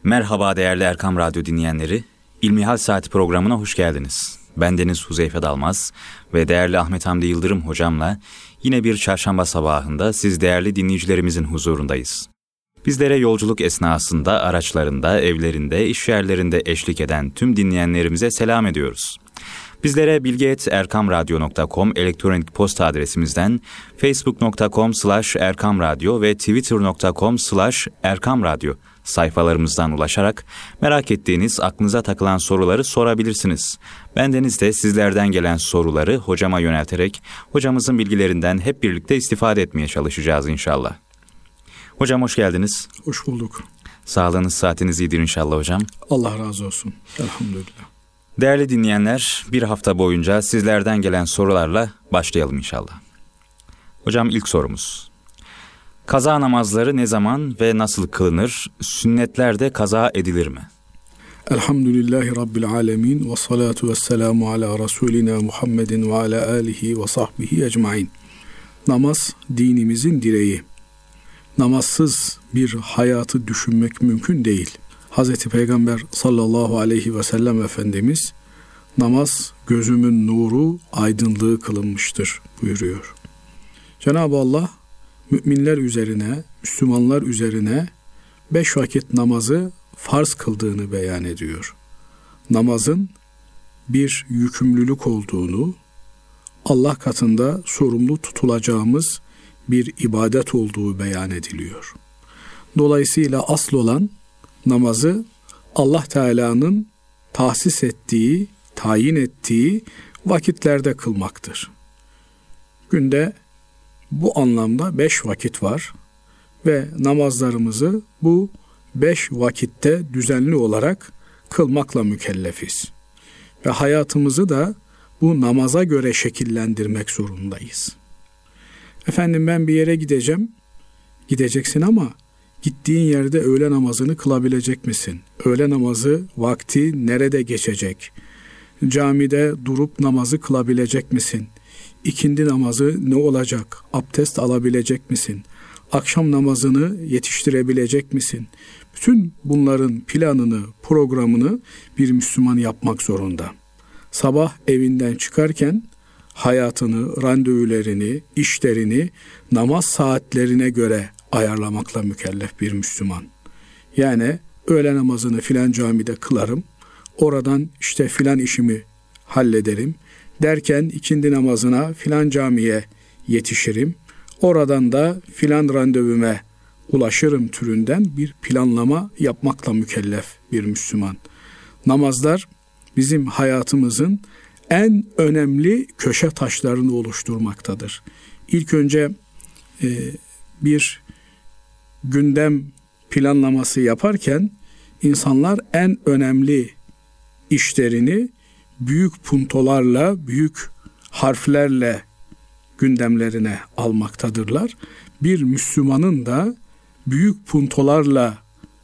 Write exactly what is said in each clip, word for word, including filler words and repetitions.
Merhaba değerli Erkam Radyo dinleyenleri. İlmihal Saati programına hoş geldiniz. Bendeniz Huzeyfe Dalmaz ve değerli Ahmet Hamdi Yıldırım hocamla yine bir çarşamba sabahında siz değerli dinleyicilerimizin huzurundayız. Bizlere yolculuk esnasında, araçlarında, evlerinde, iş yerlerinde eşlik eden tüm dinleyenlerimize selam ediyoruz. Bizlere bilgi et erkam radyo nokta com elektronik posta adresimizden, facebook nokta com slash erkamradyo ve twitter nokta com slash erkamradyo sayfalarımızdan ulaşarak merak ettiğiniz, aklınıza takılan soruları sorabilirsiniz. Bendeniz de sizlerden gelen soruları hocama yönelterek hocamızın bilgilerinden hep birlikte istifade etmeye çalışacağız inşallah. Hocam hoş geldiniz. Hoş bulduk. Sağlığınız, saatiniz iyidir inşallah hocam. Allah razı olsun. Elhamdülillah. Değerli dinleyenler, bir hafta boyunca sizlerden gelen sorularla başlayalım inşallah. Hocam ilk sorumuz. Kaza namazları ne zaman ve nasıl kılınır? Sünnetlerde kaza edilir mi? Elhamdülillahi Rabbil alemin ve salatu ve selamu ala Resulina Muhammedin ve ala alihi ve sahbihi ecmain. Namaz dinimizin direği. Namazsız bir hayatı düşünmek mümkün değil. Hazreti Peygamber sallallahu aleyhi ve sellem Efendimiz, namaz gözümün nuru, aydınlığı kılınmıştır buyuruyor. Cenab-ı Allah müminler üzerine, Müslümanlar üzerine beş vakit namazı farz kıldığını beyan ediyor. Namazın bir yükümlülük olduğunu, Allah katında sorumlu tutulacağımız bir ibadet olduğu beyan ediliyor. Dolayısıyla asıl olan namazı Allah Teala'nın tahsis ettiği, tayin ettiği vakitlerde kılmaktır. Günde bu anlamda beş vakit var ve namazlarımızı bu beş vakitte düzenli olarak kılmakla mükellefiz. Ve hayatımızı da bu namaza göre şekillendirmek zorundayız. Efendim ben bir yere gideceğim, gideceksin ama gittiğin yerde öğle namazını kılabilecek misin? Öğle namazı vakti nerede geçecek? Camide durup namazı kılabilecek misin? İkindi namazı ne olacak? Abdest alabilecek misin? Akşam namazını yetiştirebilecek misin? Bütün bunların planını, programını bir Müslüman yapmak zorunda. Sabah evinden çıkarken hayatını, randevularını, işlerini namaz saatlerine göre ayarlamakla mükellef bir Müslüman. Yani öğle namazını filan camide kılarım, oradan işte filan işimi hallederim derken ikindi namazına filan camiye yetişirim, oradan da filan randevuma ulaşırım türünden bir planlama yapmakla mükellef bir Müslüman. Namazlar bizim hayatımızın en önemli köşe taşlarını oluşturmaktadır. İlk önce e, bir gündem planlaması yaparken insanlar en önemli işlerini büyük puntolarla, büyük harflerle gündemlerine almaktadırlar. Bir Müslümanın da büyük puntolarla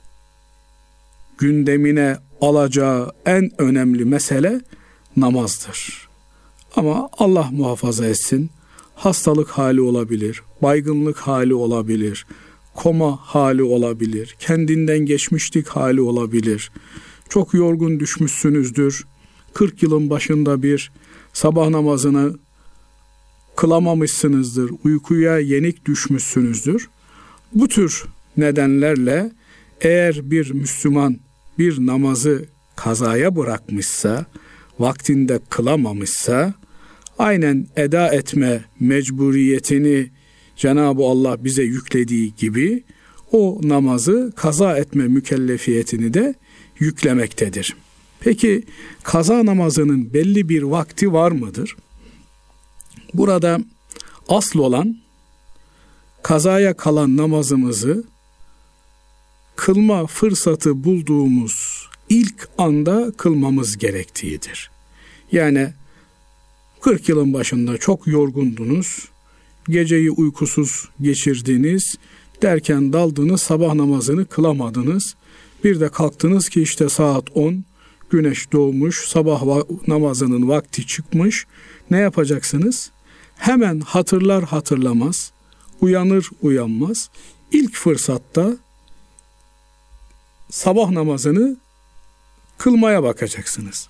gündemine alacağı en önemli mesele namazdır. Ama Allah muhafaza etsin, hastalık hali olabilir, baygınlık hali olabilir, koma hali olabilir, kendinden geçmişlik hali olabilir. Çok yorgun düşmüşsünüzdür, kırk yılın başında bir sabah namazını kılamamışsınızdır, uykuya yenik düşmüşsünüzdür. Bu tür nedenlerle eğer bir Müslüman bir namazı kazaya bırakmışsa, vaktinde kılamamışsa, aynen eda etme mecburiyetini Cenab-ı Allah bize yüklediği gibi o namazı kaza etme mükellefiyetini de yüklemektedir. Peki kaza namazının belli bir vakti var mıdır? Burada asıl olan kazaya kalan namazımızı kılma fırsatı bulduğumuz ilk anda kılmamız gerektiğidir. Yani kırk yılın başında çok yorgundunuz, geceyi uykusuz geçirdiniz, derken daldınız, sabah namazını kılamadınız. Bir de kalktınız ki işte saat on, güneş doğmuş, sabah va- namazının vakti çıkmış. Ne yapacaksınız? Hemen hatırlar hatırlamaz, uyanır uyanmaz, ilk fırsatta sabah namazını kılmaya bakacaksınız.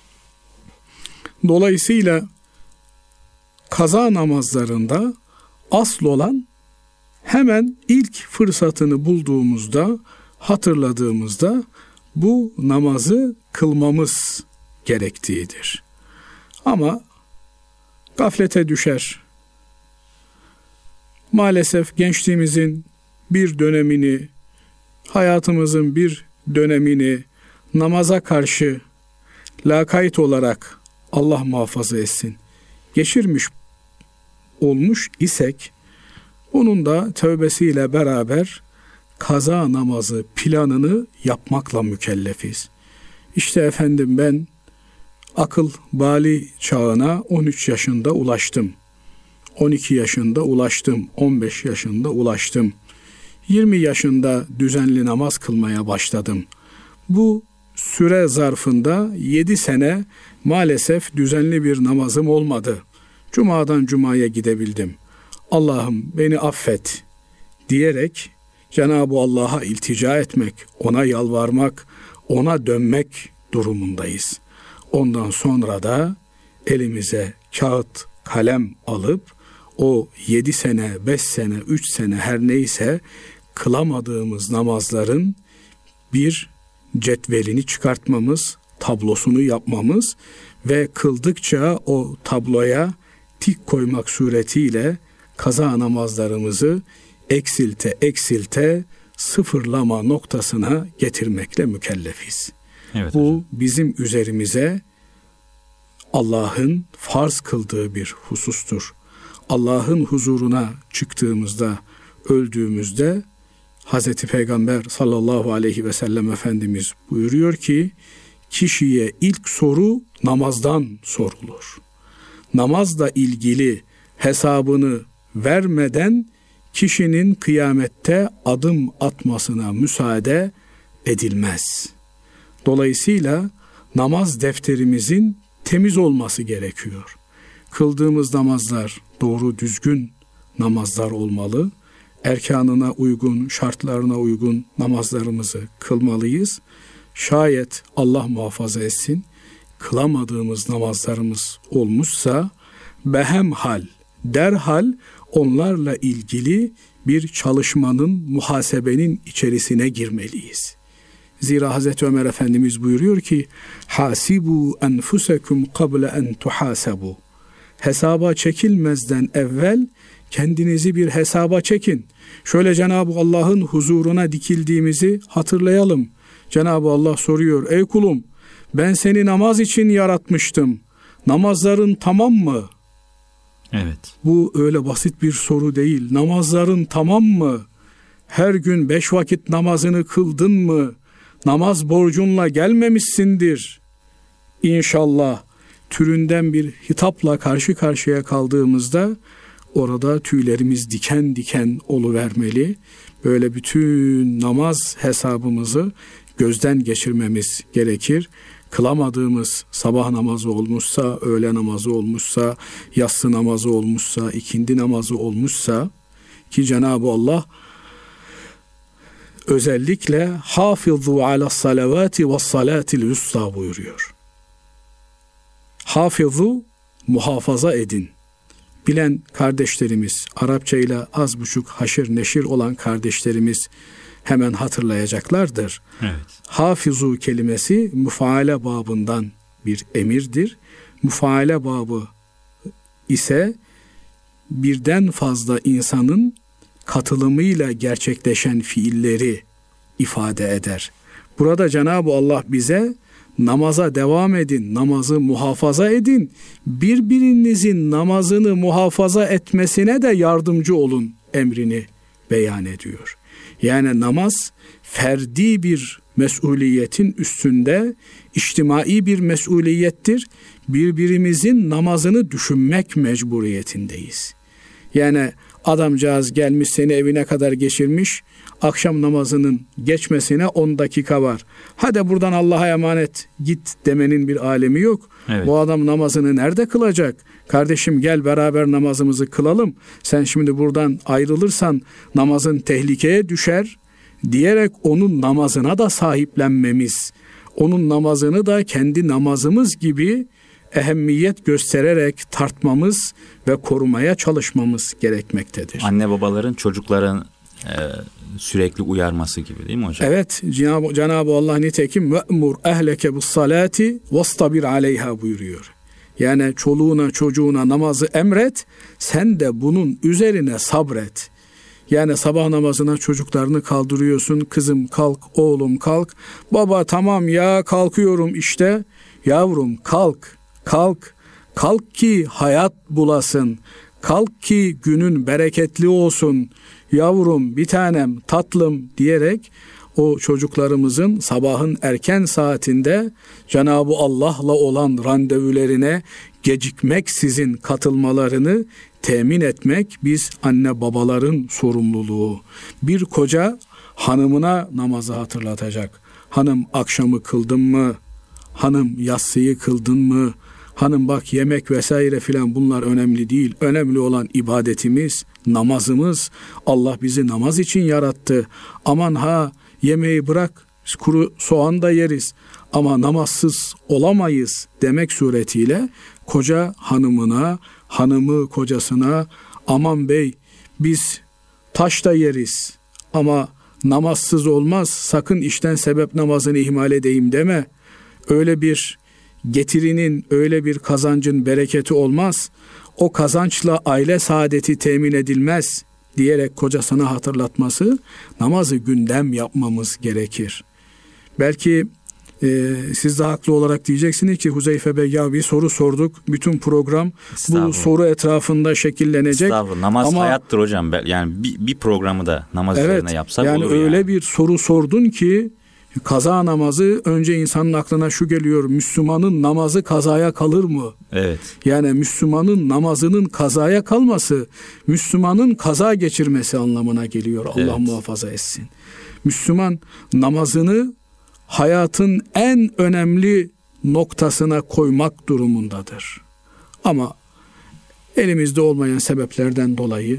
Dolayısıyla kaza namazlarında asıl olan hemen ilk fırsatını bulduğumuzda, hatırladığımızda bu namazı kılmamız gerektiğidir. Ama gaflete düşer. Maalesef gençliğimizin bir dönemini, hayatımızın bir dönemini namaza karşı lakayt olarak Allah muhafaza etsin geçirmiş olmuş isek, bunun da tövbesiyle beraber kaza namazı planını yapmakla mükellefiz. İşte efendim ben akıl bali çağına on üç yaşında ulaştım. on iki yaşında ulaştım. on beş yaşında ulaştım. yirmi yaşında düzenli namaz kılmaya başladım. Bu süre zarfında yedi sene maalesef düzenli bir namazım olmadı. Cuma'dan cumaya gidebildim. Allah'ım beni affet diyerek Cenab-ı Allah'a iltica etmek, ona yalvarmak, ona dönmek durumundayız. Ondan sonra da elimize kağıt, kalem alıp o yedi sene, beş sene, üç sene her neyse kılamadığımız namazların bir cetvelini çıkartmamız, tablosunu yapmamız ve kıldıkça o tabloya tik koymak suretiyle kaza namazlarımızı eksilte eksilte sıfırlama noktasına getirmekle mükellefiz. Evet, bu hocam. bizim üzerimize Allah'ın farz kıldığı bir husustur. Allah'ın huzuruna çıktığımızda, öldüğümüzde Hazreti Peygamber sallallahu aleyhi ve sellem Efendimiz buyuruyor ki, kişiye ilk soru namazdan sorulur. Namazla ilgili hesabını vermeden kişinin kıyamette adım atmasına müsaade edilmez. Dolayısıyla namaz defterimizin temiz olması gerekiyor. Kıldığımız namazlar doğru düzgün namazlar olmalı. Erkanına uygun, şartlarına uygun namazlarımızı kılmalıyız. Şayet Allah muhafaza etsin, kılamadığımız namazlarımız olmuşsa behemhal, derhal onlarla ilgili bir çalışmanın, muhasebenin içerisine girmeliyiz. Zira Hazreti Ömer Efendimiz buyuruyor ki, hasibu enfusekum qabla en tuhasabu. Hesaba çekilmezden evvel kendinizi bir hesaba çekin. Şöyle Cenab-ı Allah'ın huzuruna dikildiğimizi hatırlayalım. Cenab-ı Allah soruyor, ey kulum ben seni namaz için yaratmıştım. Namazların tamam mı? Evet. Bu öyle basit bir soru değil. Namazların tamam mı? Her gün beş vakit namazını kıldın mı? Namaz borcunla gelmemişsindir. İnşallah türünden bir hitapla karşı karşıya kaldığımızda orada tüylerimiz diken diken oluvermeli. Böyle bütün namaz hesabımızı gözden geçirmemiz gerekir. Kılamadığımız sabah namazı olmuşsa, öğle namazı olmuşsa, yatsı namazı olmuşsa, ikindi namazı olmuşsa, ki Cenab-ı Allah özellikle hafızu ala salavati ve salatil usta buyuruyor. Hafızu muhafaza edin. Bilen kardeşlerimiz, Arapçayla az buçuk haşır neşir olan kardeşlerimiz hemen hatırlayacaklardır. Evet. Hafizu kelimesi müfaale babından bir emirdir. Müfaale babı ise birden fazla insanın katılımıyla gerçekleşen fiilleri ifade eder. Burada Cenab-ı Allah bize namaza devam edin, namazı muhafaza edin, birbirinizin namazını muhafaza etmesine de yardımcı olun emrini beyan ediyor. Yani namaz ferdi bir mesuliyetin üstünde içtimai bir mesuliyettir. Birbirimizin namazını düşünmek mecburiyetindeyiz. Yani adamcağız gelmiş seni evine kadar geçirmiş, akşam namazının geçmesine on dakika var. Hadi buradan Allah'a emanet git demenin bir alemi yok. Evet. Bu adam namazını nerede kılacak? Kardeşim gel beraber namazımızı kılalım. Sen şimdi buradan ayrılırsan namazın tehlikeye düşer diyerek onun namazına da sahiplenmemiz, onun namazını da kendi namazımız gibi ehemmiyet göstererek tartmamız ve korumaya çalışmamız gerekmektedir. Anne babaların çocukların e, sürekli uyarması gibi değil mi hocam? Evet, Cenab-ı, Cenab-ı Allah nitekim ve'mur ehleke bis salati vestabir aleyha buyuruyor. Yani çoluğuna çocuğuna namazı emret, sen de bunun üzerine sabret. Yani sabah namazına çocuklarını kaldırıyorsun. Kızım kalk, oğlum kalk. Baba tamam ya kalkıyorum işte. Yavrum kalk, kalk. Kalk ki hayat bulasın. Kalk ki günün bereketli olsun. Yavrum, bir tanem, tatlım diyerek o çocuklarımızın sabahın erken saatinde Cenab-ı Allah'la olan randevularına gecikmeksizin katılmalarını temin etmek biz anne babaların sorumluluğu. Bir koca hanımına namazı hatırlatacak. Hanım akşamı kıldın mı? Hanım yatsıyı kıldın mı? Hanım bak yemek vesaire filan bunlar önemli değil. Önemli olan ibadetimiz, namazımız. Allah bizi namaz için yarattı. Aman ha yemeği bırak, kuru soğan da yeriz ama namazsız olamayız demek suretiyle koca hanımına, hanımı kocasına aman bey biz taş da yeriz ama namazsız olmaz, sakın işten sebep namazını ihmal edeyim deme. Öyle bir getirinin, öyle bir kazancın bereketi olmaz. O kazançla aile saadeti temin edilmez diyerek kocasına hatırlatması, namazı gündem yapmamız gerekir. Belki e, siz de haklı olarak diyeceksiniz ki Huzeyfe Bey ya bir soru sorduk. Bütün program bu soru etrafında şekillenecek. Estağfurullah. Namaz ama, hayattır hocam. Yani bir, bir programı da namaz evet, üzerine yapsak yani olur. Öyle yani. bir soru sordun ki kaza namazı, önce insanın aklına şu geliyor: Müslümanın namazı kazaya kalır mı? Evet. Yani Müslümanın namazının kazaya kalması, Müslümanın kaza geçirmesi anlamına geliyor. Allah evet. muhafaza etsin. Müslüman namazını hayatın en önemli noktasına koymak durumundadır. Ama elimizde olmayan sebeplerden dolayı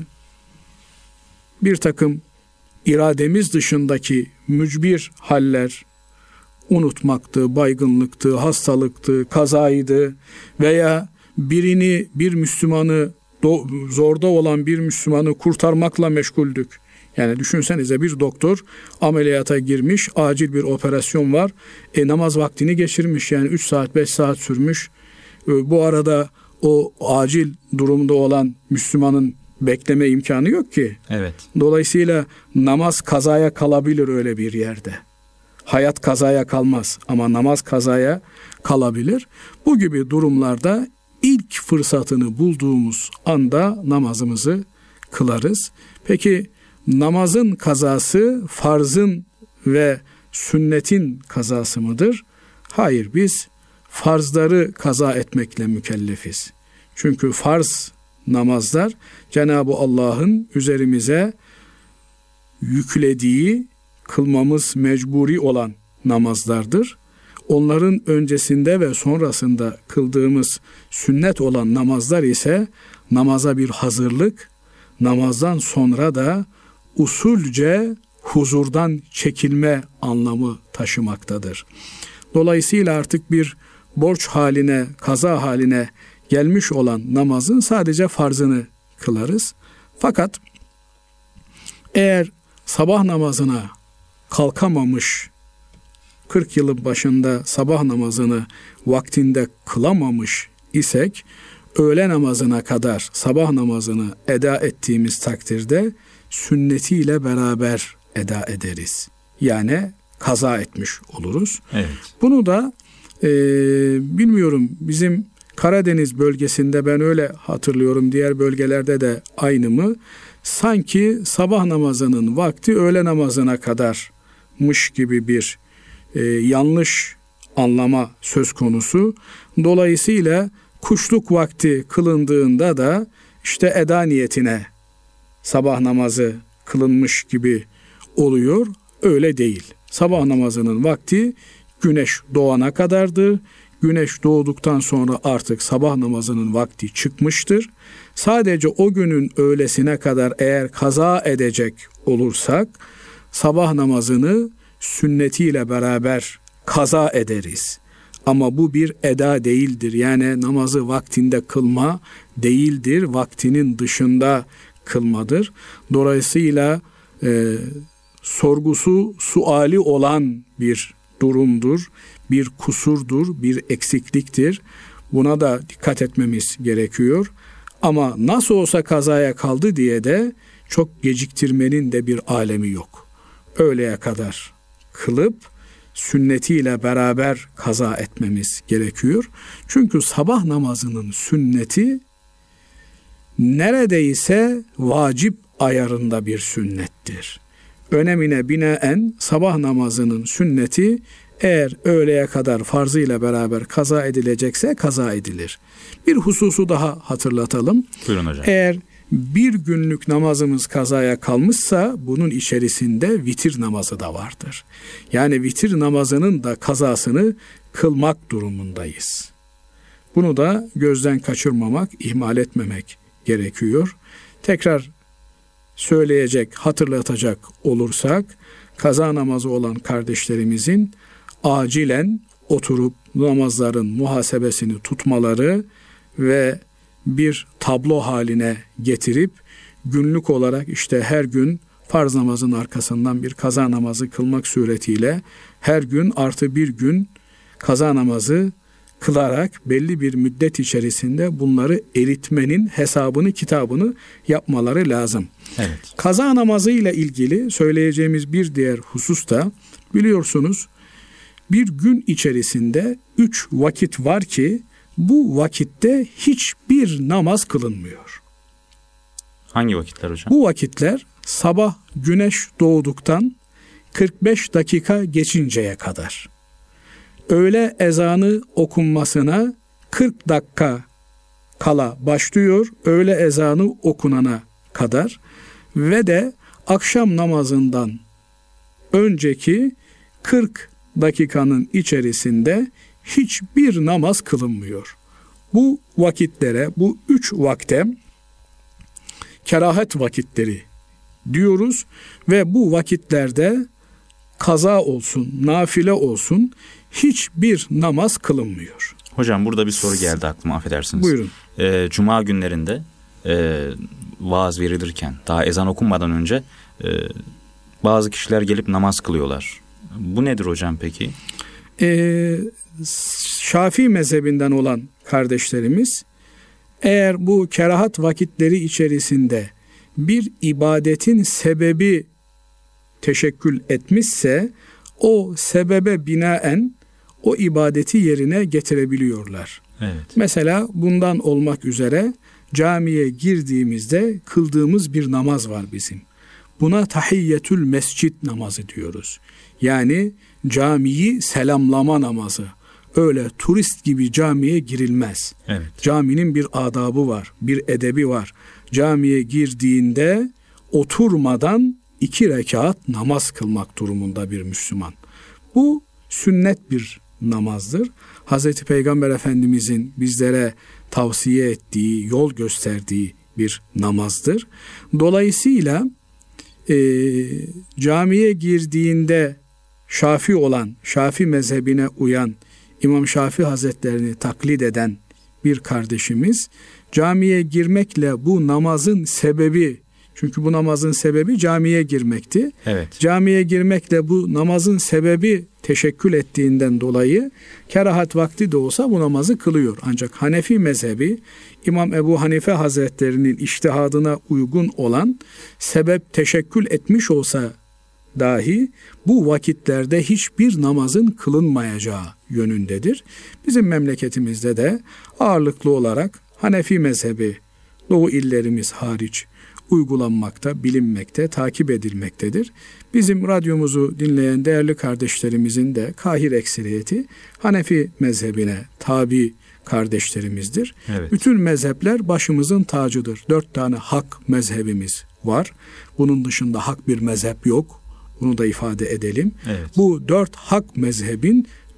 bir takım irademiz dışındaki mücbir haller, unutmaktı, baygınlıktı, hastalıktı, kazaydı veya birini, bir Müslümanı, zorda olan bir Müslümanı kurtarmakla meşguldük. Yani düşünsenize, bir doktor ameliyata girmiş, acil bir operasyon var. E, namaz vaktini geçirmiş, yani üç saat beş saat sürmüş. E, bu arada o acil durumda olan Müslümanın bekleme imkanı yok ki. Evet. Dolayısıyla namaz kazaya kalabilir öyle bir yerde. Hayat kazaya kalmaz ama namaz kazaya kalabilir. Bu gibi durumlarda ilk fırsatını bulduğumuz anda namazımızı kılarız. Peki namazın kazası farzın ve sünnetin kazası mıdır? Hayır, biz farzları kaza etmekle mükellefiz. Çünkü farz namazlar Cenab-ı Allah'ın üzerimize yüklediği, kılmamız mecburi olan namazlardır. Onların öncesinde ve sonrasında kıldığımız sünnet olan namazlar ise namaza bir hazırlık, namazdan sonra da usulce huzurdan çekilme anlamı taşımaktadır. Dolayısıyla artık bir borç haline, kaza haline gelmiş olan namazın sadece farzını kılarız. Fakat eğer sabah namazına kalkamamış, kırk yılın başında sabah namazını vaktinde kılamamış isek, öğle namazına kadar sabah namazını eda ettiğimiz takdirde sünnetiyle beraber eda ederiz. Yani kaza etmiş oluruz. Evet. Bunu da e, bilmiyorum, bizim Karadeniz bölgesinde ben öyle hatırlıyorum, diğer bölgelerde de aynı mı? Sanki sabah namazının vakti öğle namazına kadarmış gibi bir e, yanlış anlama söz konusu. Dolayısıyla kuşluk vakti kılındığında da işte eda niyetine sabah namazı kılınmış gibi oluyor. Öyle değil. Sabah namazının vakti güneş doğana kadardır. Güneş doğduktan sonra artık sabah namazının vakti çıkmıştır. Sadece o günün öğlesine kadar eğer kaza edecek olursak sabah namazını sünnetiyle beraber kaza ederiz. Ama bu bir eda değildir. Yani namazı vaktinde kılma değildir. Vaktinin dışında kılmadır. Dolayısıyla e, sorgusu, suali olan bir durumdur. Bir kusurdur, bir eksikliktir. Buna da dikkat etmemiz gerekiyor. Ama nasıl olsa kazaya kaldı diye de çok geciktirmenin de bir alemi yok. Öğleye kadar kılıp sünnetiyle beraber kaza etmemiz gerekiyor. Çünkü sabah namazının sünneti neredeyse vacip ayarında bir sünnettir. Önemine binaen sabah namazının sünneti eğer öğleye kadar farzıyla beraber kaza edilecekse kaza edilir. Bir hususu daha hatırlatalım. Buyurun hocam. Eğer bir günlük namazımız kazaya kalmışsa bunun içerisinde vitir namazı da vardır. Yani vitir namazının da kazasını kılmak durumundayız. Bunu da gözden kaçırmamak, ihmal etmemek gerekiyor. Tekrar söyleyecek, hatırlatacak olursak, kaza namazı olan kardeşlerimizin acilen oturup namazların muhasebesini tutmaları ve bir tablo haline getirip günlük olarak işte her gün farz namazın arkasından bir kaza namazı kılmak suretiyle her gün artı bir gün kaza namazı kılarak belli bir müddet içerisinde bunları eritmenin hesabını, kitabını yapmaları lazım. Evet. Kaza namazı ile ilgili söyleyeceğimiz bir diğer husus da biliyorsunuz bir gün içerisinde üç vakit var ki bu vakitte hiçbir namaz kılınmıyor. Hangi vakitler hocam? Bu vakitler sabah güneş doğduktan kırk beş dakika geçinceye kadar. Öğle ezanı okunmasına kırk dakika kala başlıyor. Öğle ezanı okunana kadar ve de akşam namazından önceki kırk dakikanın içerisinde hiçbir namaz kılınmıyor. Bu vakitlere, bu üç vakte kerahet vakitleri diyoruz ve bu vakitlerde kaza olsun, nafile olsun hiçbir namaz kılınmıyor. Hocam burada bir soru geldi aklıma, affedersiniz. Buyurun. Ee, Cuma günlerinde e, vaaz verilirken daha ezan okunmadan önce e, bazı kişiler gelip namaz kılıyorlar. Bu nedir hocam peki? Ee, Şafii mezhebinden olan kardeşlerimiz eğer bu kerahat vakitleri içerisinde bir ibadetin sebebi teşekkül etmişse o sebebe binaen o ibadeti yerine getirebiliyorlar. Evet. Mesela bundan olmak üzere camiye girdiğimizde kıldığımız bir namaz var bizim. Buna tahiyyetül mescid namazı diyoruz. Yani camiyi selamlama namazı. Öyle turist gibi camiye girilmez. Evet. Caminin bir adabı var, bir edebi var. Camiye girdiğinde oturmadan iki rekat namaz kılmak durumunda bir Müslüman. Bu sünnet bir namazdır. Hazreti Peygamber Efendimizin bizlere tavsiye ettiği, yol gösterdiği bir namazdır. Dolayısıyla e, camiye girdiğinde Şafii olan, Şafii mezhebine uyan, İmam Şafii Hazretlerini taklit eden bir kardeşimiz camiye girmekle bu namazın sebebi, çünkü bu namazın sebebi camiye girmekti. Evet. Camiye girmekle bu namazın sebebi teşekkül ettiğinden dolayı kerahat vakti de olsa bu namazı kılıyor. Ancak Hanefi mezhebi İmam Ebu Hanife Hazretlerinin içtihadına uygun olan sebep teşekkül etmiş olsa dahi bu vakitlerde hiçbir namazın kılınmayacağı yönündedir. Bizim memleketimizde de ağırlıklı olarak Hanefi mezhebi Doğu illerimiz hariç uygulanmakta, bilinmekte, takip edilmektedir. Bizim radyomuzu dinleyen değerli kardeşlerimizin de kahir ekseriyeti Hanefi mezhebine tabi kardeşlerimizdir. Evet. Bütün mezhepler başımızın tacıdır. Dört tane hak mezhebimiz var. Bunun dışında hak bir mezhep yok. Bunu da ifade edelim. Evet. Bu dört hak mezhebin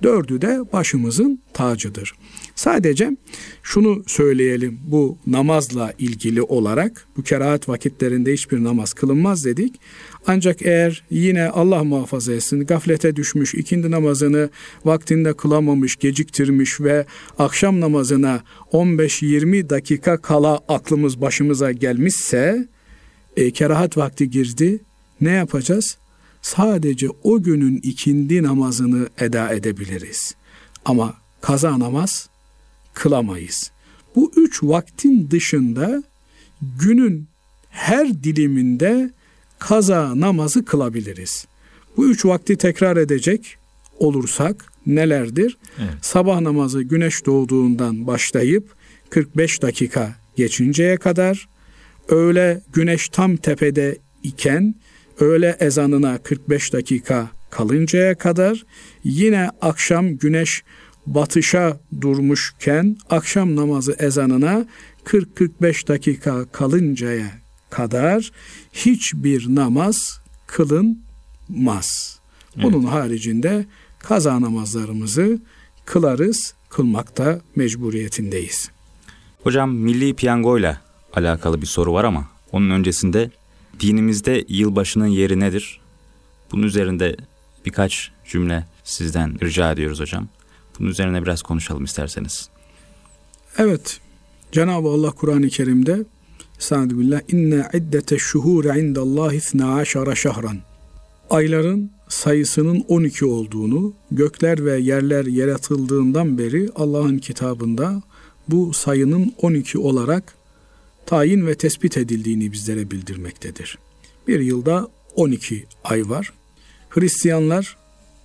Dördü de başımızın tacıdır. Sadece şunu söyleyelim bu namazla ilgili olarak, bu kerahat vakitlerinde hiçbir namaz kılınmaz dedik. Ancak eğer yine Allah muhafaza etsin gaflete düşmüş, ikindi namazını vaktinde kılamamış, geciktirmiş ve akşam namazına on beş yirmi dakika kala aklımız başımıza gelmişse e, kerahat vakti girdi, ne yapacağız? Sadece o günün ikindi namazını eda edebiliriz. Ama kaza namaz kılamayız. Bu üç vaktin dışında günün her diliminde kaza namazı kılabiliriz. Bu üç vakti tekrar edecek olursak nelerdir? Evet. Sabah namazı güneş doğduğundan başlayıp kırk beş dakika geçinceye kadar, öğle güneş tam tepede iken öğle ezanına kırk beş dakika kalıncaya kadar, yine akşam güneş batışa durmuşken akşam namazı ezanına kırk kırk beş dakika kalıncaya kadar hiçbir namaz kılınmaz. Bunun evet. haricinde kaza namazlarımızı kılarız, kılmakta mecburiyetindeyiz. Hocam, milli piyangoyla alakalı bir soru var ama onun öncesinde dinimizde yılbaşının yeri nedir? Bunun üzerinde birkaç cümle sizden rica ediyoruz hocam. Bunun üzerine biraz konuşalım isterseniz. Evet. Cenab-ı Allah Kur'an-ı Kerim'de Estağfirullah inne iddete şuhur indallahi isna aşara şahran. Ayların sayısının on iki olduğunu, gökler ve yerler yaratıldığından beri Allah'ın kitabında bu sayının on iki olarak tayin ve tespit edildiğini bizlere bildirmektedir. Bir yılda on iki ay var. Hristiyanlar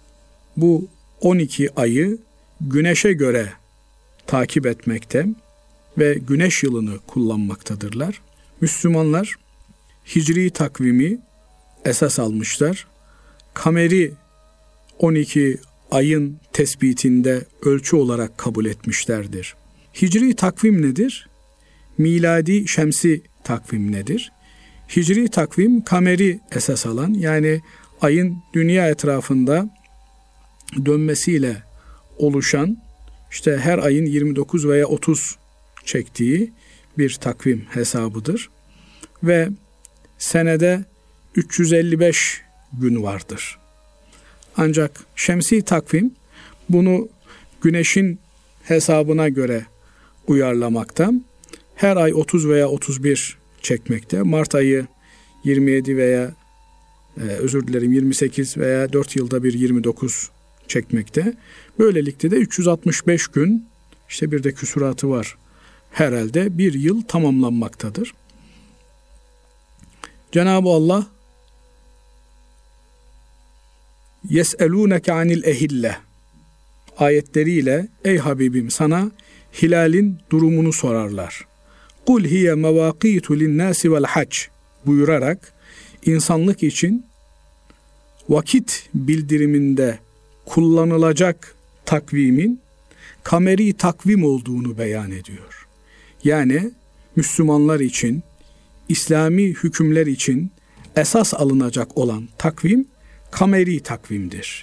bu on iki ayı güneşe göre takip etmekte ve güneş yılını kullanmaktadırlar. Müslümanlar hicri takvimi esas almışlar. Kameri on iki ayın tespitinde ölçü olarak kabul etmişlerdir. Hicri takvim nedir? Miladi şemsi takvim nedir? Hicri takvim kameri esas alan, yani ayın dünya etrafında dönmesiyle oluşan, işte her ayın yirmi dokuz veya otuz çektiği bir takvim hesabıdır. Ve senede üç yüz elli beş gün vardır. Ancak şemsi takvim bunu güneşin hesabına göre uyarlamakta. Her ay otuz veya otuz bir çekmekte. Mart ayı yirmi yedi veya e, özür dilerim yirmi sekiz veya dört yılda bir yirmi dokuz çekmekte. Böylelikle de üç yüz altmış beş gün, işte bir de küsuratı var herhalde, bir yıl tamamlanmaktadır. Cenab-ı Allah yes'elûneke anil ehille ayetleriyle ey Habibim sana hilalin durumunu sorarlar. Kul hiye mevâkîtu linnâsi vel hac buyurarak insanlık için vakit bildiriminde kullanılacak takvimin kameri takvim olduğunu beyan ediyor. Yani Müslümanlar için, İslami hükümler için esas alınacak olan takvim kameri takvimdir.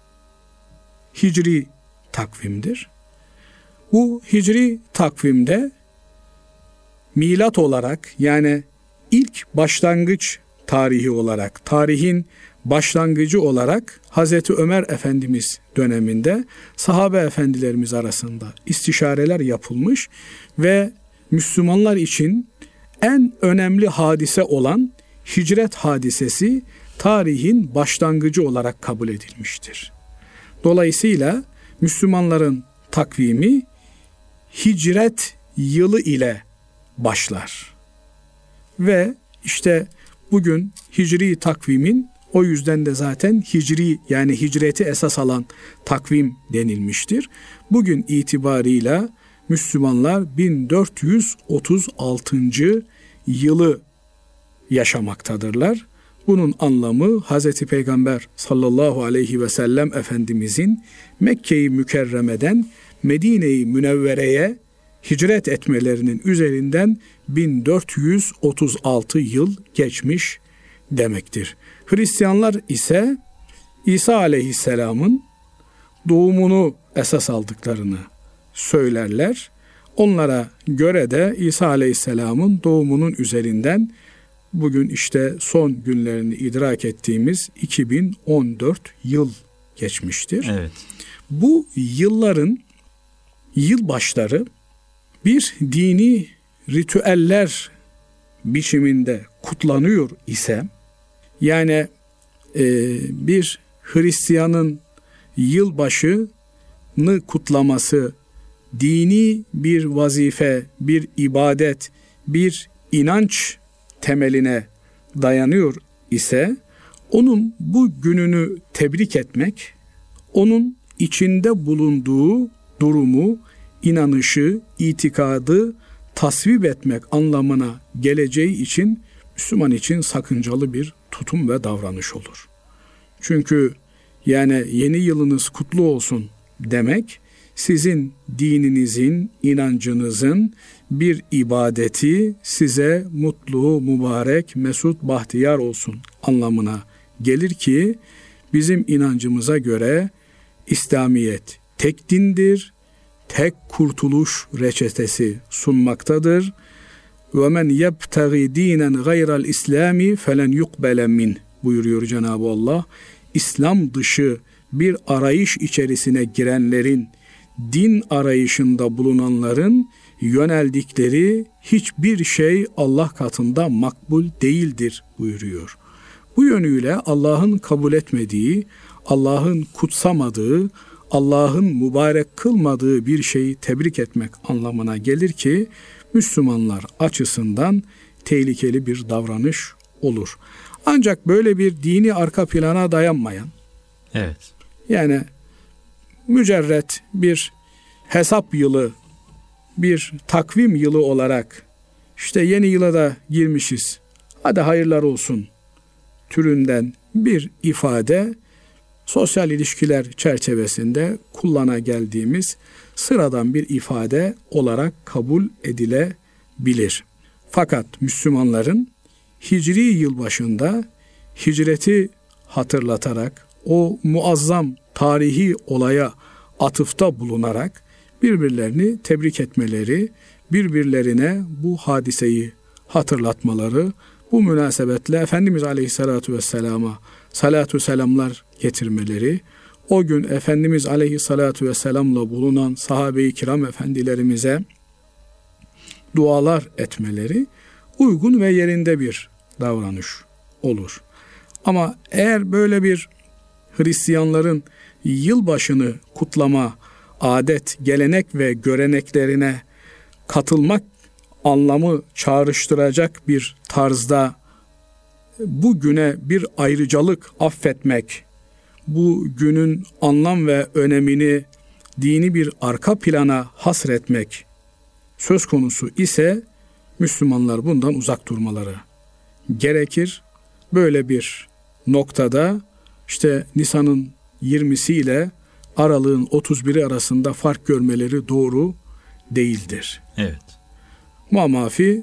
Hicri takvimdir. Bu hicri takvimde milat olarak, yani ilk başlangıç tarihi olarak, tarihin başlangıcı olarak Hazreti Ömer Efendimiz döneminde sahabe efendilerimiz arasında istişareler yapılmış ve Müslümanlar için en önemli hadise olan hicret hadisesi tarihin başlangıcı olarak kabul edilmiştir. Dolayısıyla Müslümanların takvimi hicret yılı ile başlar. Ve işte bugün hicri takvimin, o yüzden de zaten hicri, yani hicreti esas alan takvim denilmiştir. Bugün itibarıyla Müslümanlar bin dört yüz otuz altıncı yılı yaşamaktadırlar. Bunun anlamı Hazreti Peygamber sallallahu aleyhi ve sellem Efendimizin Mekke-i Mükerreme'den Medine-i Münevvere'ye hicret etmelerinin üzerinden bin dört yüz otuz altı yıl geçmiş demektir. Hristiyanlar ise İsa aleyhisselamın doğumunu esas aldıklarını söylerler. Onlara göre de İsa Aleyhisselam'ın doğumunun üzerinden bugün işte son günlerini idrak ettiğimiz iki bin on dört yıl geçmiştir. Evet. Bu yılların yılbaşları bir dini ritüeller biçiminde kutlanıyor ise, yani e, bir Hristiyanın yılbaşını kutlaması dini bir vazife, bir ibadet, bir inanç temeline dayanıyor ise, onun bu gününü tebrik etmek, onun içinde bulunduğu durumu, inanışı, itikadı tasvip etmek anlamına geleceği için Müslüman için sakıncalı bir tutum ve davranış olur. Çünkü yani yeni yılınız kutlu olsun demek, sizin dininizin, inancınızın bir ibadeti size mutlu, mübarek, mesut, bahtiyar olsun anlamına gelir ki bizim inancımıza göre İslamiyet tek dindir, tek kurtuluş reçetesi sunmaktadır. وَمَنْ يَبْتَغِ دِينًا غَيْرَ الْاِسْلَامِ فَلَنْ يُقْبَلَ مِنْ buyuruyor Cenab-ı Allah. İslam dışı bir arayış içerisine girenlerin, din arayışında bulunanların yöneldikleri hiçbir şey Allah katında makbul değildir buyuruyor. Bu yönüyle Allah'ın kabul etmediği, Allah'ın kutsamadığı, Allah'ın mübarek kılmadığı bir şeyi tebrik etmek anlamına gelir ki Müslümanlar açısından tehlikeli bir davranış olur. Ancak böyle bir dini arka plana dayanmayan, evet, yani mücerret bir hesap yılı, bir takvim yılı olarak işte yeni yıla da girmişiz, hadi hayırlar olsun türünden bir ifade sosyal ilişkiler çerçevesinde kullana geldiğimiz sıradan bir ifade olarak kabul edilebilir. Fakat Müslümanların Hicri yılbaşında hicreti hatırlatarak, o muazzam tarihi olaya atıfta bulunarak birbirlerini tebrik etmeleri, birbirlerine bu hadiseyi hatırlatmaları, bu münasebetle Efendimiz Aleyhisselatü Vesselam'a salatu selamlar getirmeleri, o gün Efendimiz Aleyhisselatü Vesselam'la bulunan sahabe-i kiram efendilerimize dualar etmeleri uygun ve yerinde bir davranış olur. Ama eğer böyle bir Hristiyanların yılbaşını kutlama adet, gelenek ve göreneklerine katılmak anlamı çağrıştıracak bir tarzda bu güne bir ayrıcalık affetmek, bu günün anlam ve önemini dini bir arka plana hasretmek söz konusu ise Müslümanlar bundan uzak durmaları gerekir. Böyle bir noktada işte Nisan'ın yirmisi ile Aralık'ın otuz biri arasında fark görmeleri doğru değildir. Evet. Muamafi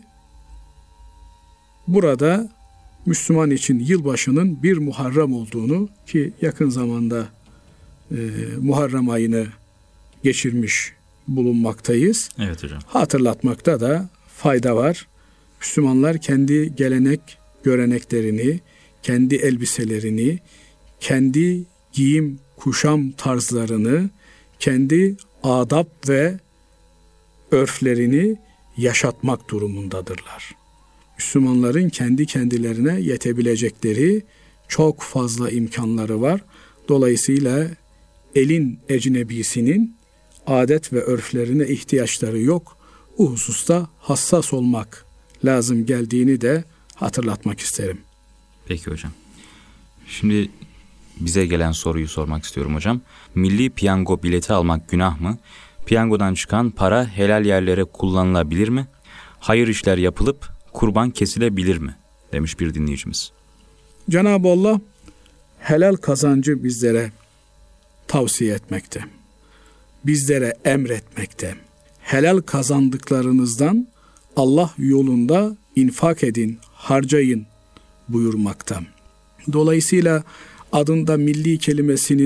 burada Müslüman için yılbaşının bir Muharrem olduğunu, ki yakın zamanda e, Muharrem ayını geçirmiş bulunmaktayız. Evet hocam. Hatırlatmakta da fayda var. Müslümanlar kendi gelenek, göreneklerini, kendi elbiselerini, kendi giyim, kuşam tarzlarını, kendi adab ve örflerini yaşatmak durumundadırlar. Müslümanların kendi kendilerine yetebilecekleri çok fazla imkanları var. Dolayısıyla elin ecnebisinin adet ve örflerine ihtiyaçları yok. Bu hususta hassas olmak lazım geldiğini de hatırlatmak isterim. Peki hocam. Şimdi bize gelen soruyu sormak istiyorum hocam. Milli piyango bileti almak günah mı? Piyangodan çıkan para helal yerlere kullanılabilir mi? Hayır işler yapılıp kurban kesilebilir mi? Demiş bir dinleyicimiz. Cenab-ı Allah helal kazancı bizlere tavsiye etmekte. Bizlere emretmekte. Helal kazandıklarınızdan Allah yolunda infak edin, harcayın buyurmakta. Dolayısıyla adında milli kelimesinin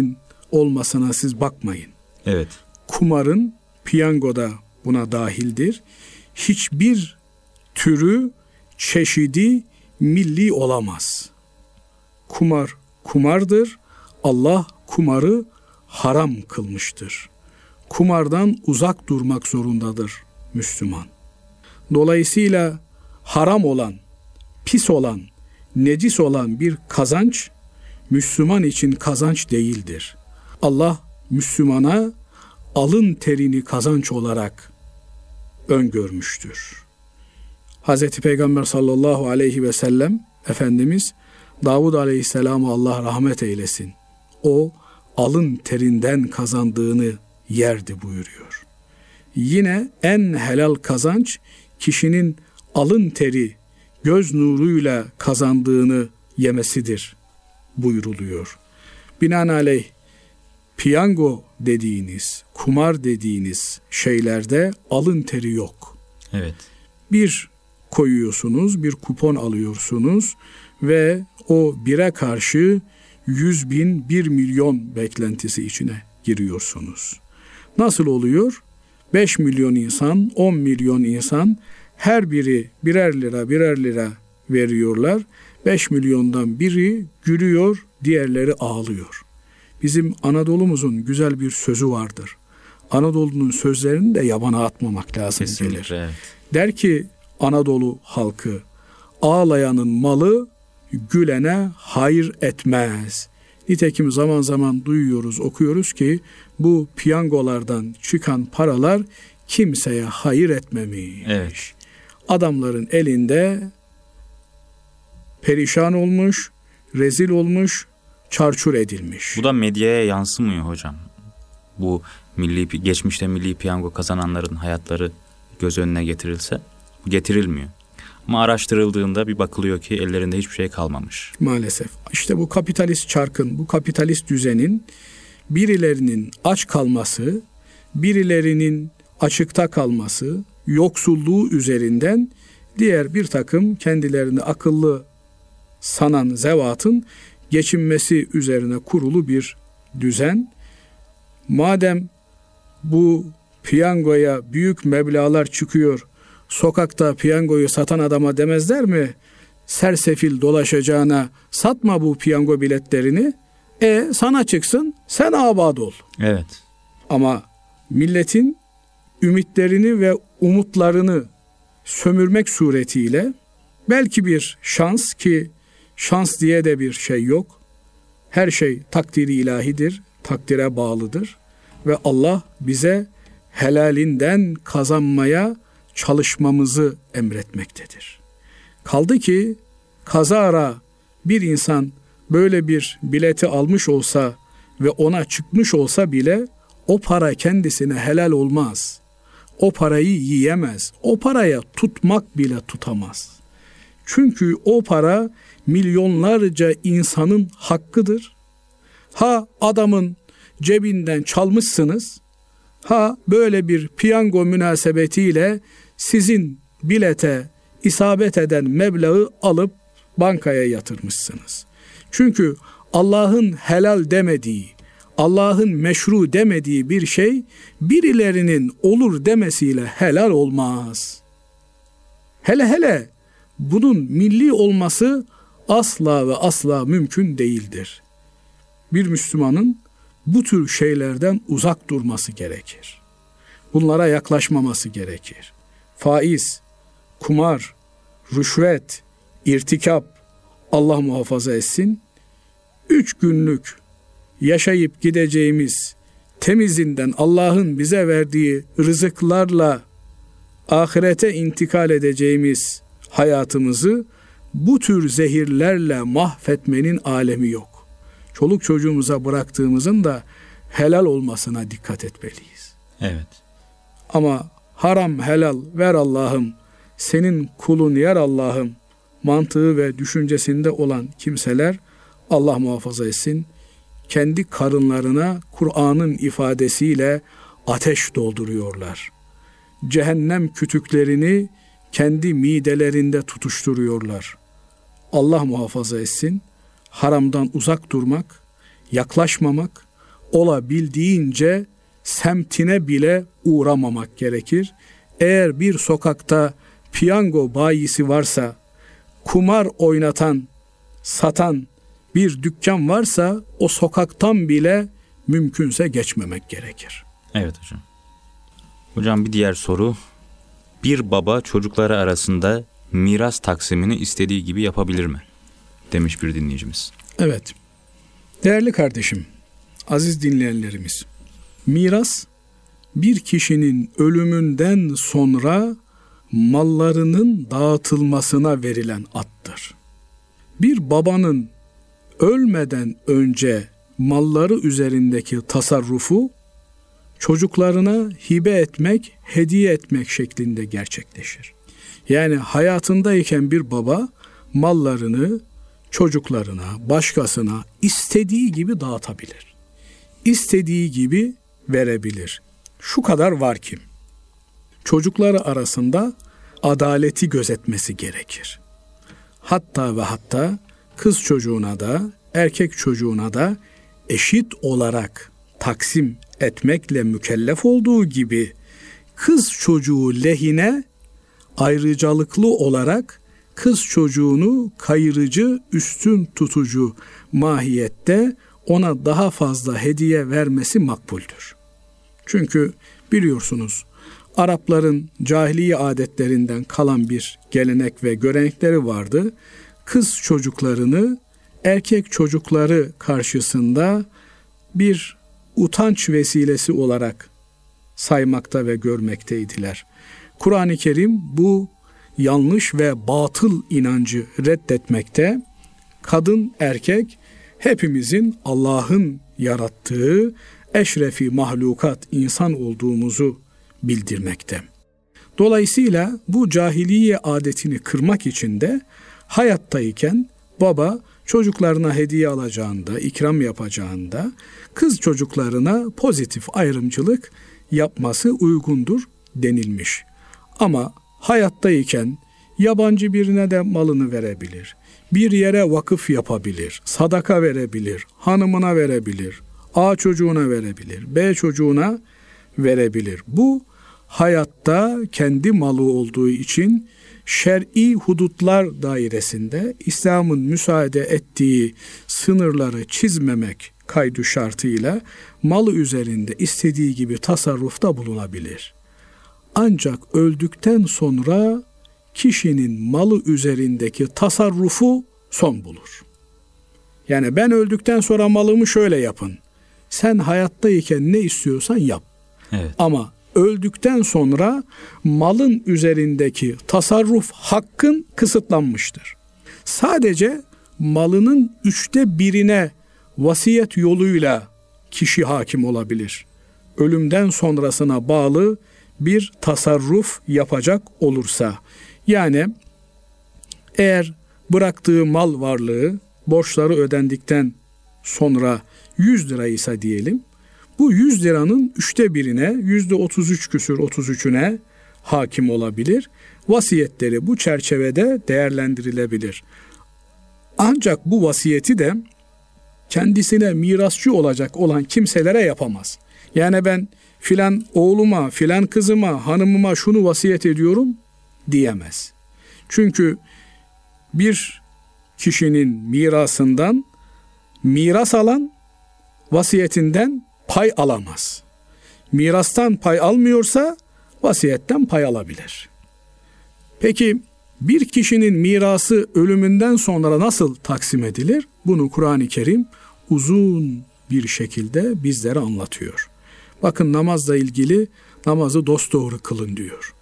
olmasına siz bakmayın. Evet. Kumarın, piyangoda buna dahildir. Hiçbir türü, çeşidi milli olamaz. Kumar kumardır. Allah kumarı haram kılmıştır. Kumardan uzak durmak zorundadır Müslüman. Dolayısıyla haram olan, pis olan, necis olan bir kazanç Müslüman için kazanç değildir. Allah Müslümana alın terini kazanç olarak öngörmüştür. Hazreti Peygamber sallallahu aleyhi ve sellem Efendimiz Davud aleyhisselamı Allah rahmet eylesin. O alın terinden kazandığını yerdi buyuruyor. Yine en helal kazanç kişinin alın teri, göz nuruyla kazandığını yemesidir buyruluyor. Binaenaleyh piyango dediğiniz, kumar dediğiniz şeylerde alın teri yok. Evet. Bir koyuyorsunuz, bir kupon alıyorsunuz ve o bire karşı yüz bin, bir milyon beklentisi içine giriyorsunuz. Nasıl oluyor? beş milyon insan, on milyon insan her biri birer lira birer lira veriyorlar. beş milyondan biri gülüyor, diğerleri ağlıyor. Bizim Anadolu'muzun güzel bir sözü vardır. Anadolu'nun sözlerini de yabana atmamak lazım Kesinlikle, gelir. evet. Der ki Anadolu halkı, ağlayanın malı gülene hayır etmez. Nitekim zaman zaman duyuyoruz, okuyoruz ki bu piyangolardan çıkan paralar kimseye hayır etmemiş. Evet. Adamların elinde perişan olmuş, rezil olmuş, çarçur edilmiş. Bu da medyaya yansımıyor hocam. Bu milli geçmişte milli piyango kazananların hayatları göz önüne getirilse, getirilmiyor. Ama araştırıldığında bir bakılıyor ki ellerinde hiçbir şey kalmamış. Maalesef. İşte bu kapitalist çarkın, bu kapitalist düzenin birilerinin aç kalması, birilerinin açıkta kalması, yoksulluğu üzerinden diğer bir takım kendilerini akıllı sanan zevatın geçinmesi üzerine kurulu bir düzen. Madem bu piyangoya büyük meblağlar çıkıyor, sokakta piyangoyu satan adama demezler mi? Sersefil dolaşacağına satma bu piyango biletlerini. E sana çıksın, sen abad ol. Evet. Ama milletin ümitlerini ve umutlarını sömürmek suretiyle belki bir şans, ki şans diye de bir şey yok. Her şey takdiri ilahidir, takdire bağlıdır ve Allah bize helalinden kazanmaya çalışmamızı emretmektedir. Kaldı ki kazara bir insan böyle bir bileti almış olsa ve ona çıkmış olsa bile o para kendisine helal olmaz. O parayı yiyemez. O paraya tutmak bile tutamaz. Çünkü o para milyonlarca insanın hakkıdır. Ha adamın cebinden çalmışsınız, ha böyle bir piyango münasebetiyle sizin bilete isabet eden meblağı alıp bankaya yatırmışsınız. Çünkü Allah'ın helal demediği, Allah'ın meşru demediği bir şey birilerinin olur demesiyle helal olmaz. Hele hele bunun milli olması asla ve asla mümkün değildir. Bir Müslümanın bu tür şeylerden uzak durması gerekir. Bunlara yaklaşmaması gerekir. Faiz, kumar, rüşvet, irtikap, Allah muhafaza etsin. Üç günlük yaşayıp gideceğimiz temizinden Allah'ın bize verdiği rızıklarla ahirete intikal edeceğimiz hayatımızı bu tür zehirlerle mahvetmenin alemi yok. Çoluk çocuğumuza bıraktığımızın da helal olmasına dikkat etmeliyiz. Evet. Ama haram helal ver Allah'ım, senin kulun yer Allah'ım mantığı ve düşüncesinde olan kimseler Allah muhafaza etsin, kendi karınlarına Kur'an'ın ifadesiyle ateş dolduruyorlar. Cehennem kütüklerini kendi midelerinde tutuşturuyorlar. Allah muhafaza etsin, haramdan uzak durmak, yaklaşmamak, olabildiğince semtine bile uğramamak gerekir. Eğer bir sokakta piyango bayisi varsa, kumar oynatan, satan bir dükkan varsa o sokaktan bile mümkünse geçmemek gerekir. Evet hocam. Hocam bir diğer soru. Bir baba çocukları arasında miras taksimini istediği gibi yapabilir mi? Demiş bir dinleyicimiz. Evet. Değerli kardeşim, aziz dinleyenlerimiz, miras bir kişinin ölümünden sonra mallarının dağıtılmasına verilen attır. Bir babanın ölmeden önce malları üzerindeki tasarrufu çocuklarına hibe etmek, hediye etmek şeklinde gerçekleşir. Yani hayatındayken bir baba mallarını çocuklarına, başkasına istediği gibi dağıtabilir. İstediği gibi verebilir. Şu kadar var ki, çocukları arasında adaleti gözetmesi gerekir. Hatta ve hatta kız çocuğuna da, erkek çocuğuna da eşit olarak taksim etmekle mükellef olduğu gibi kız çocuğu lehine ayrıcalıklı olarak kız çocuğunu kayırıcı, üstün tutucu mahiyette ona daha fazla hediye vermesi makbuldür. Çünkü biliyorsunuz Arapların cahiliye adetlerinden kalan bir gelenek ve görenekleri vardı. Kız çocuklarını erkek çocukları karşısında bir utanç vesilesi olarak saymakta ve görmekteydiler. Kur'an-ı Kerim bu yanlış ve batıl inancı reddetmekte. Kadın, erkek hepimizin Allah'ın yarattığı eşrefi mahlukat insan olduğumuzu bildirmekte. Dolayısıyla bu cahiliye adetini kırmak için de hayattayken baba çocuklarına hediye alacağında, ikram yapacağında kız çocuklarına pozitif ayrımcılık yapması uygundur denilmiş. Ama hayattayken yabancı birine de malını verebilir. Bir yere vakıf yapabilir, sadaka verebilir, hanımına verebilir, A çocuğuna verebilir, B çocuğuna verebilir. Bu hayatta kendi malı olduğu için şer'i hudutlar dairesinde İslam'ın müsaade ettiği sınırları çizmemek kaydı şartıyla malı üzerinde istediği gibi tasarrufta bulunabilir. Ancak öldükten sonra kişinin malı üzerindeki tasarrufu son bulur. Yani ben öldükten sonra malımı şöyle yapın. Sen hayattayken ne istiyorsan yap. Evet. Ama öldükten sonra malın üzerindeki tasarruf hakkın kısıtlanmıştır. Sadece malının üçte birine vasiyet yoluyla kişi hakim olabilir. Ölümden sonrasına bağlı bir tasarruf yapacak olursa. Yani eğer bıraktığı mal varlığı borçları ödendikten sonra yüz liraysa diyelim, bu yüz liranın üçte birine, yüzde otuz üç küsür otuz üçüne hakim olabilir. Vasiyetleri bu çerçevede değerlendirilebilir. Ancak bu vasiyeti de kendisine mirasçı olacak olan kimselere yapamaz. Yani ben filan oğluma, filan kızıma, hanımıma şunu vasiyet ediyorum diyemez. Çünkü bir kişinin mirasından miras alan vasiyetinden pay alamaz. Mirastan pay almıyorsa vasiyetten pay alabilir. Peki bir kişinin mirası ölümünden sonra nasıl taksim edilir? Bunu Kur'an-ı Kerim uzun bir şekilde bizlere anlatıyor. Bakın namazla ilgili namazı dosdoğru kılın diyor.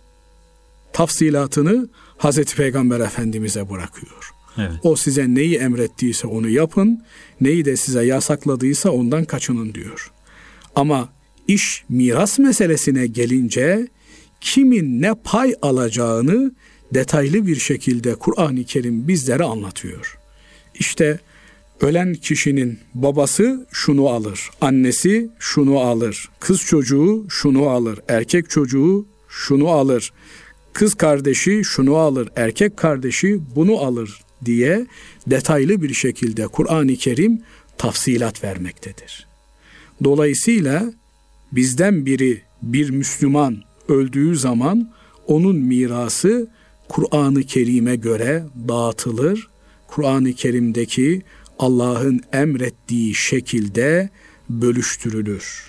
Tafsilatını Hazreti Peygamber Efendimiz'e bırakıyor. Evet. O size neyi emrettiyse onu yapın, neyi de size yasakladıysa ondan kaçının diyor. Ama iş miras meselesine gelince kimin ne pay alacağını detaylı bir şekilde Kur'an-ı Kerim bizlere anlatıyor. İşte ölen kişinin babası şunu alır, annesi şunu alır, kız çocuğu şunu alır, erkek çocuğu şunu alır, kız kardeşi şunu alır, erkek kardeşi bunu alır diye detaylı bir şekilde Kur'an-ı Kerim tafsilat vermektedir. Dolayısıyla bizden biri, bir Müslüman öldüğü zaman onun mirası Kur'an-ı Kerim'e göre dağıtılır. Kur'an-ı Kerim'deki Allah'ın emrettiği şekilde bölüştürülür.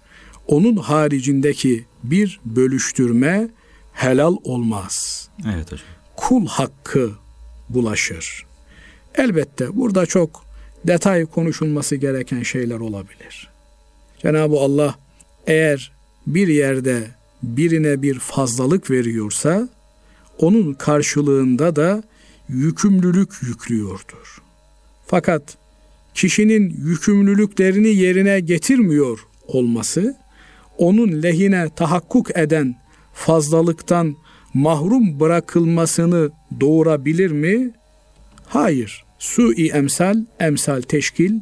Onun haricindeki bir bölüştürme helal olmaz. Evet hocam. Kul hakkı bulaşır. Elbette burada çok detay konuşulması gereken şeyler olabilir. Cenab-ı Allah eğer bir yerde birine bir fazlalık veriyorsa onun karşılığında da yükümlülük yüklüyordur. Fakat kişinin yükümlülüklerini yerine getirmiyor olması onun lehine tahakkuk eden fazlalıktan mahrum bırakılmasını doğurabilir mi? Hayır. Sui emsal, emsal teşkil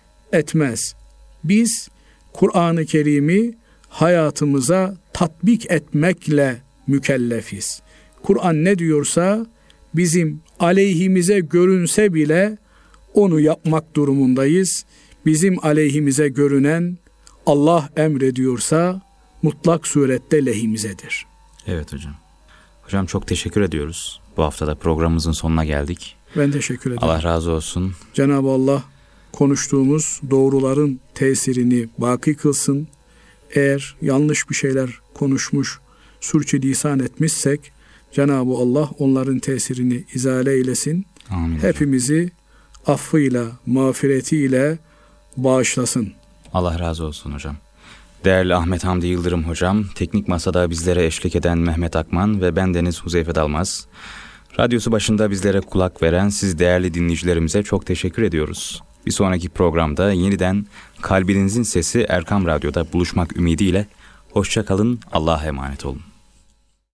etmez. Biz Kur'an-ı Kerim'i hayatımıza tatbik etmekle mükellefiz. Kur'an ne diyorsa bizim aleyhimize görünse bile onu yapmak durumundayız. Bizim aleyhimize görünen Allah emrediyorsa mutlak surette lehimizedir. Evet hocam. Hocam çok teşekkür ediyoruz. Bu hafta da programımızın sonuna geldik. Ben teşekkür ederim. Allah razı olsun. Cenab-ı Allah konuştuğumuz doğruların tesirini baki kılsın. Eğer yanlış bir şeyler konuşmuş, sürçülisan etmişsek Cenab-ı Allah onların tesirini izale eylesin. Amin. Hepimizi affıyla, mağfiretiyle bağışlasın. Allah razı olsun hocam. Değerli Ahmet Hamdi Yıldırım hocam, teknik masada bizlere eşlik eden Mehmet Akman ve bendeniz Huzeyfe Dalmaz. Radyosu başında bizlere kulak veren siz değerli dinleyicilerimize çok teşekkür ediyoruz. Bir sonraki programda yeniden Kalbinizin Sesi Erkam Radyo'da buluşmak ümidiyle hoşça kalın, Allah'a emanet olun.